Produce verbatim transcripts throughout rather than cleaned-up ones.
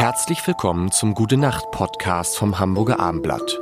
Herzlich willkommen zum Gute-Nacht-Podcast vom Hamburger Abendblatt.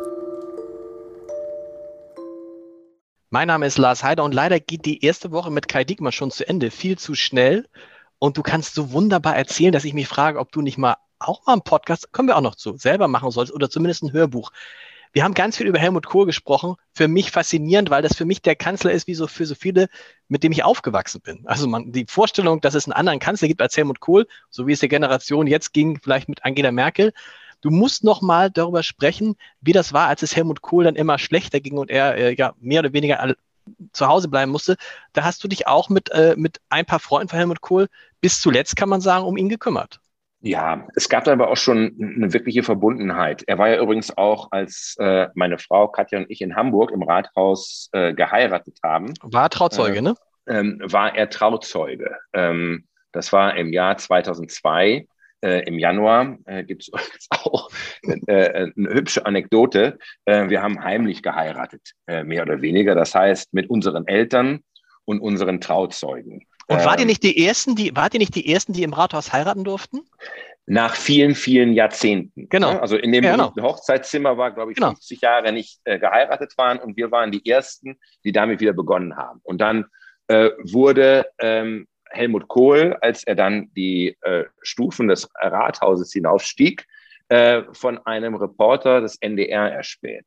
Mein Name ist Lars Heider und leider geht die erste Woche mit Kai Diekmann schon zu Ende, viel zu schnell. Und du kannst so wunderbar erzählen, dass ich mich frage, ob du nicht mal auch mal einen Podcast, kommen wir auch noch zu, selber machen sollst oder zumindest ein Hörbuch. Wir haben ganz viel über Helmut Kohl gesprochen. Für mich faszinierend, weil das für mich der Kanzler ist, wie so für so viele, mit dem ich aufgewachsen bin. Also man, die Vorstellung, dass es einen anderen Kanzler gibt als Helmut Kohl, so wie es der Generation jetzt ging, vielleicht mit Angela Merkel. Du musst noch mal darüber sprechen, wie das war, als es Helmut Kohl dann immer schlechter ging und er äh, ja mehr oder weniger all, zu Hause bleiben musste. Da hast du dich auch mit, äh, mit ein paar Freunden von Helmut Kohl bis zuletzt, kann man sagen, um ihn gekümmert. Ja, es gab aber auch schon eine wirkliche Verbundenheit. Er war ja übrigens auch, als äh, meine Frau Katja und ich in Hamburg im Rathaus äh, geheiratet haben. War Trauzeuge, äh, ne? Ähm, war er Trauzeuge. Ähm, das war im Jahr zweitausendzwei. Äh, Im Januar äh, gibt es auch äh, eine hübsche Anekdote. Äh, wir haben heimlich geheiratet, äh, mehr oder weniger. Das heißt, mit unseren Eltern und unseren Trauzeugen. Und wart ihr nicht die ersten, die, wart ihr nicht die ersten, die im Rathaus heiraten durften? Nach vielen, vielen Jahrzehnten. Genau. Also in dem ja, genau. Hochzeitszimmer war, glaube ich, genau. fünfzig Jahre nicht äh, geheiratet waren und wir waren die Ersten, die damit wieder begonnen haben. Und dann äh, wurde ähm, Helmut Kohl, als er dann die äh, Stufen des Rathauses hinaufstieg, äh, von einem Reporter des N D R erspäht.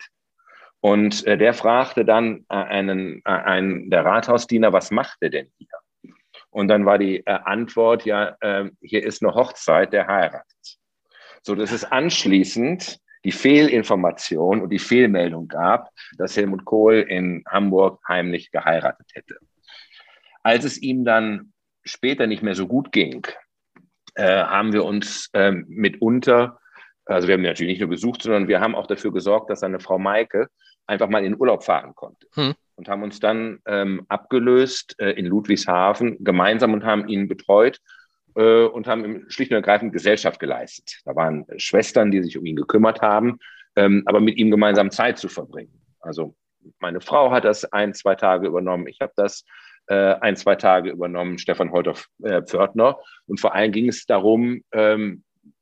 Und äh, der fragte dann äh, einen, äh, einen der Rathausdiener, was macht er denn hier? Und dann war die äh, Antwort, ja, äh, hier ist eine Hochzeit, der heiratet. So, dass es anschließend die Fehlinformation und die Fehlmeldung gab, dass Helmut Kohl in Hamburg heimlich geheiratet hätte. Als es ihm dann später nicht mehr so gut ging, äh, haben wir uns äh, mitunter, also wir haben ihn natürlich nicht nur besucht, sondern wir haben auch dafür gesorgt, dass seine Frau Maike einfach mal in den Urlaub fahren konnte. Hm. Und haben uns dann ähm, abgelöst äh, in Ludwigshafen gemeinsam und haben ihn betreut äh, und haben ihm schlicht und ergreifend Gesellschaft geleistet. Da waren Schwestern, die sich um ihn gekümmert haben, ähm, aber mit ihm gemeinsam Zeit zu verbringen. Also meine Frau hat das ein, zwei Tage übernommen. Ich habe das äh, ein, zwei Tage übernommen, Stefan Holter-Pförtner. Und vor allem ging es darum, ähm,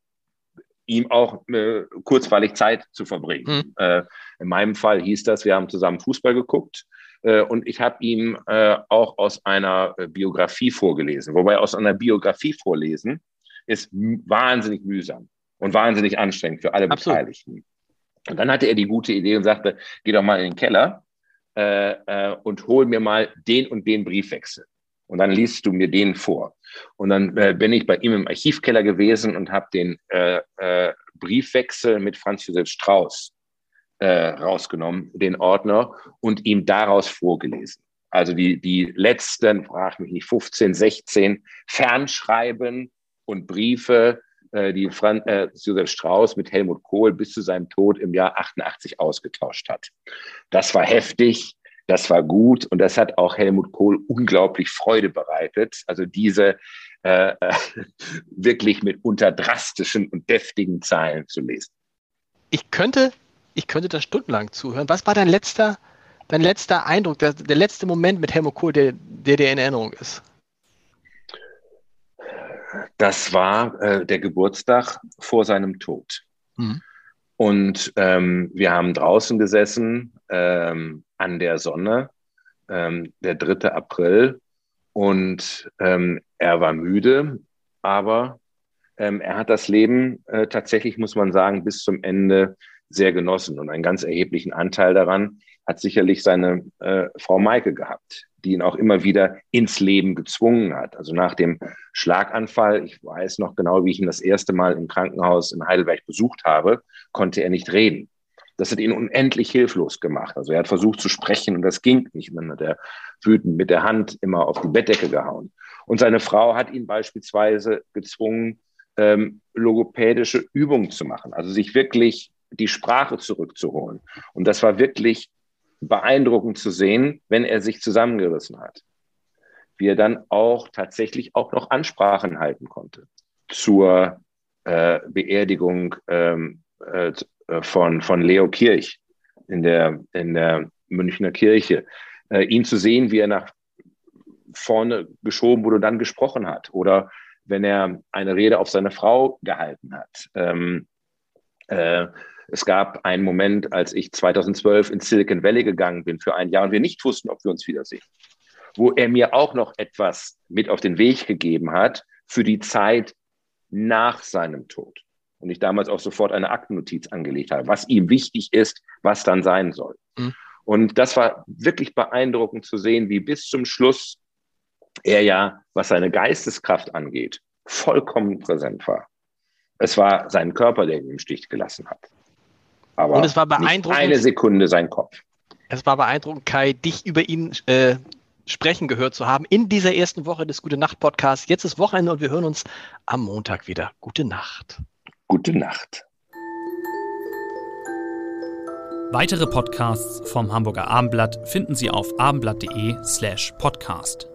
ihm auch äh, kurzweilig Zeit zu verbringen. Mhm. Äh, in meinem Fall hieß das, wir haben zusammen Fußball geguckt äh, und ich habe ihm äh, auch aus einer äh, Biografie vorgelesen. Wobei aus einer Biografie vorlesen ist m- wahnsinnig mühsam und wahnsinnig anstrengend für alle Absolut. Beteiligten. Und dann hatte er die gute Idee und sagte, geh doch mal in den Keller äh, äh, und hol mir mal den und den Briefwechsel. Und dann liest du mir den vor. Und dann äh, bin ich bei ihm im Archivkeller gewesen und habe den äh, äh, Briefwechsel mit Franz Josef Strauß äh, rausgenommen, den Ordner, und ihm daraus vorgelesen. Also die, die letzten, frag mich nicht, fünfzehn, sechzehn Fernschreiben und Briefe, äh, die Franz äh, Josef Strauß mit Helmut Kohl bis zu seinem Tod im Jahr achtundachtzig ausgetauscht hat. Das war heftig. Das war gut und das hat auch Helmut Kohl unglaublich Freude bereitet. Also diese äh, wirklich mitunter drastischen und deftigen Zeilen zu lesen. Ich könnte, ich könnte da stundenlang zuhören. Was war dein letzter, dein letzter Eindruck, der, der letzte Moment mit Helmut Kohl, der, der dir in Erinnerung ist? Das war äh, der Geburtstag vor seinem Tod. Mhm. Und ähm, wir haben draußen gesessen ähm, an der Sonne, ähm, der dritte April. Und ähm, er war müde, aber ähm, er hat das Leben äh, tatsächlich, muss man sagen, bis zum Ende sehr genossen. Und einen ganz erheblichen Anteil daran hat sicherlich seine äh, Frau Maike gehabt, die ihn auch immer wieder ins Leben gezwungen hat. Also nach dem Schlaganfall, ich weiß noch genau, wie ich ihn das erste Mal im Krankenhaus in Heidelberg besucht habe, konnte er nicht reden. Das hat ihn unendlich hilflos gemacht. Also er hat versucht zu sprechen und das ging nicht. Und dann hat er wütend mit der Hand immer auf die Bettdecke gehauen. Und seine Frau hat ihn beispielsweise gezwungen, ähm, logopädische Übungen zu machen. Also sich wirklich die Sprache zurückzuholen. Und das war wirklich beeindruckend zu sehen, wenn er sich zusammengerissen hat. Wie er dann auch tatsächlich auch noch Ansprachen halten konnte zur äh, Beerdigung ähm, äh, von, von Leo Kirch in der, in der Münchner Kirche. Äh, ihn zu sehen, wie er nach vorne geschoben wurde und dann gesprochen hat. Oder wenn er eine Rede auf seine Frau gehalten hat. Ähm, äh, es gab einen Moment, als ich zweitausendzwölf ins Silicon Valley gegangen bin für ein Jahr und wir nicht wussten, ob wir uns wiedersehen, wo er mir auch noch etwas mit auf den Weg gegeben hat für die Zeit nach seinem Tod. Und ich damals auch sofort eine Aktennotiz angelegt habe, was ihm wichtig ist, was dann sein soll. Mhm. Und das war wirklich beeindruckend zu sehen, wie bis zum Schluss er ja, was seine Geisteskraft angeht, vollkommen präsent war. Es war sein Körper, der ihn im Stich gelassen hat. Aber und es war beeindruckend, nicht eine Sekunde sein Kopf. Es war beeindruckend, Kai, dich über ihn äh, sprechen gehört zu haben in dieser ersten Woche des Gute-Nacht-Podcasts. Jetzt ist Wochenende und wir hören uns am Montag wieder. Gute Nacht. Gute Nacht. Weitere Podcasts vom Hamburger Abendblatt finden Sie auf abendblatt punkt de slash podcast.